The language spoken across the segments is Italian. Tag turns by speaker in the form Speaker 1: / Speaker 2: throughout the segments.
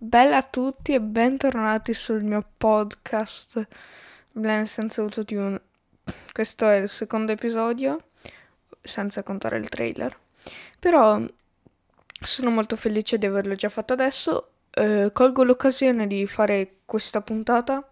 Speaker 1: Bella a tutti e bentornati sul mio podcast Blend senza autotune. Questo è il secondo episodio, senza contare il trailer. Però sono molto felice di averlo già fatto adesso. Colgo l'occasione di fare questa puntata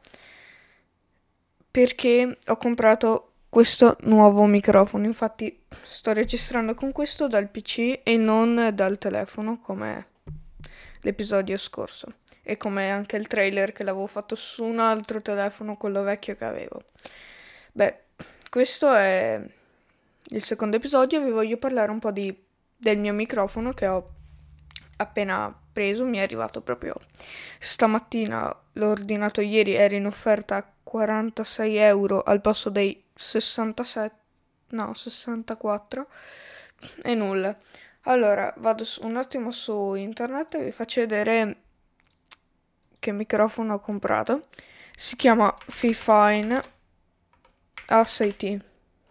Speaker 1: perché ho comprato questo nuovo microfono. Infatti sto registrando con questo dal PC e non dal telefono come l'episodio scorso. E come anche il trailer che l'avevo fatto su un altro telefono, quello vecchio che avevo. Beh, questo è il secondo episodio. Vi voglio parlare un po' del mio microfono che ho appena preso. Mi è arrivato proprio stamattina. L'ho ordinato ieri, era in offerta a 46 euro al posto dei 67, no, 64 e nulla. Allora, vado un attimo su internet e vi faccio vedere che microfono ho comprato. Si chiama Fifine A6T.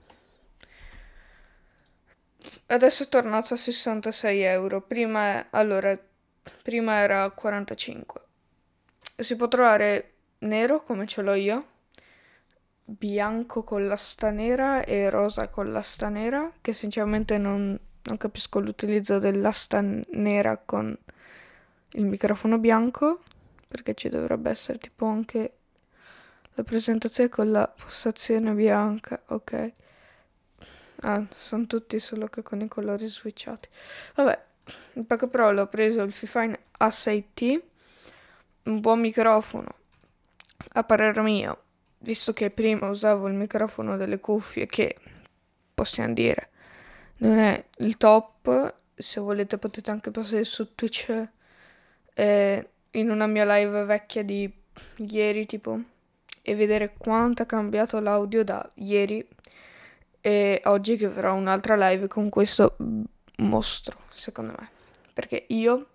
Speaker 1: Adesso è tornato a 66 euro. Prima era 45. Si può trovare nero come ce l'ho io, bianco con l'asta nera e rosa con l'asta nera, che sinceramente non capisco l'utilizzo dell'asta nera con il microfono bianco, perché ci dovrebbe essere tipo anche la presentazione con la postazione bianca, ok. Ah, sono tutti solo che con i colori switchati. Vabbè, in poche parole ho preso il Fifine A6T, un buon microfono, a parer mio, visto che prima usavo il microfono delle cuffie che, possiamo dire, non è il top. Se volete potete anche passare su Twitch in una mia live vecchia di ieri tipo e vedere quanto è cambiato l'audio da ieri e oggi, che farò un'altra live con questo mostro, secondo me, perché io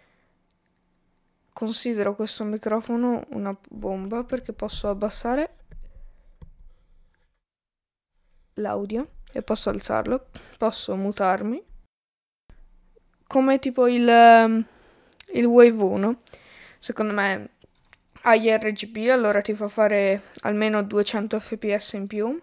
Speaker 1: considero questo microfono una bomba perché posso abbassare l'audio e posso alzarlo, posso mutarmi come tipo il Wave 1. Secondo me ha gli RGB, allora ti fa fare almeno 200 fps in più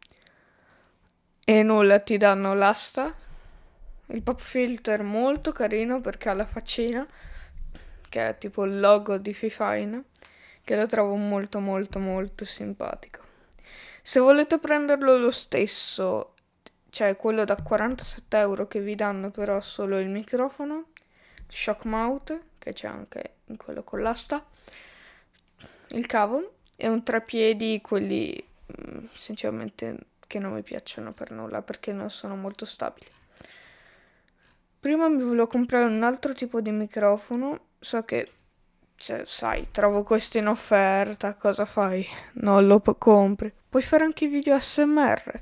Speaker 1: e nulla, ti danno l'asta. Il pop filter molto carino perché ha la faccina che è tipo il logo di Fifine, che lo trovo molto molto molto simpatico. Se volete prenderlo lo stesso, cioè quello da 47 euro che vi danno però solo il microfono, shock mount, che c'è anche in quello con l'asta, il cavo e un treppiedi, quelli sinceramente che non mi piacciono per nulla perché non sono molto stabili. Prima mi volevo comprare un altro tipo di microfono, so che, cioè, sai, trovo questo in offerta, cosa fai? Non lo compri. Puoi fare anche i video ASMR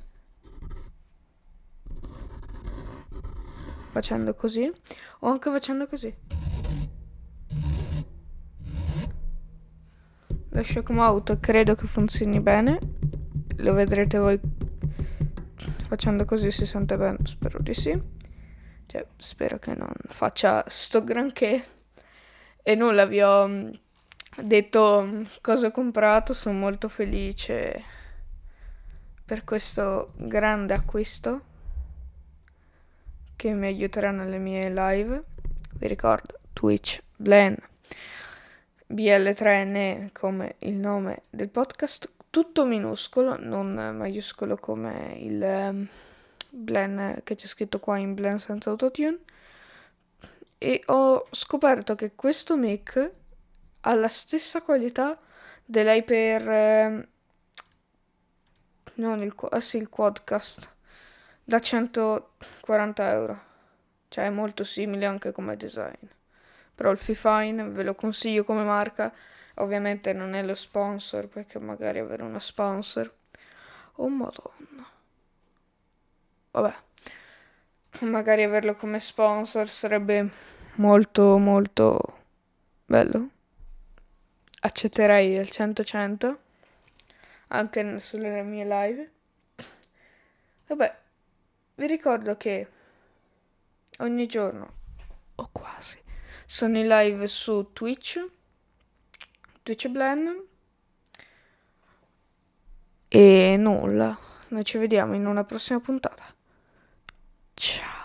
Speaker 1: facendo così o anche facendo così. Lo shock mount credo che funzioni bene, lo vedrete voi facendo così, si sente bene, spero di sì. Cioè, spero che non faccia sto granché. E nulla, vi ho detto cosa ho comprato, sono molto felice per questo grande acquisto che mi aiuterà nelle mie live. Vi ricordo Twitch Blen BL3N come il nome del podcast, tutto minuscolo, non maiuscolo come il Blen che c'è scritto qua in Blen senza autotune. E ho scoperto che questo mic ha la stessa qualità dell'Hyper non il, sì, il Quadcast da 140 euro. Cioè è molto simile anche come design. Però il Fifine ve lo consiglio come marca. Ovviamente non è lo sponsor, perché magari avere uno sponsor. Oh madonna. Vabbè. Magari averlo come sponsor sarebbe molto molto bello. Accetterei al 100% anche sulle mie live. Vabbè, vi ricordo che ogni giorno, o quasi, sono in live su Twitch Blend. E nulla, noi ci vediamo in una prossima puntata. Ciao.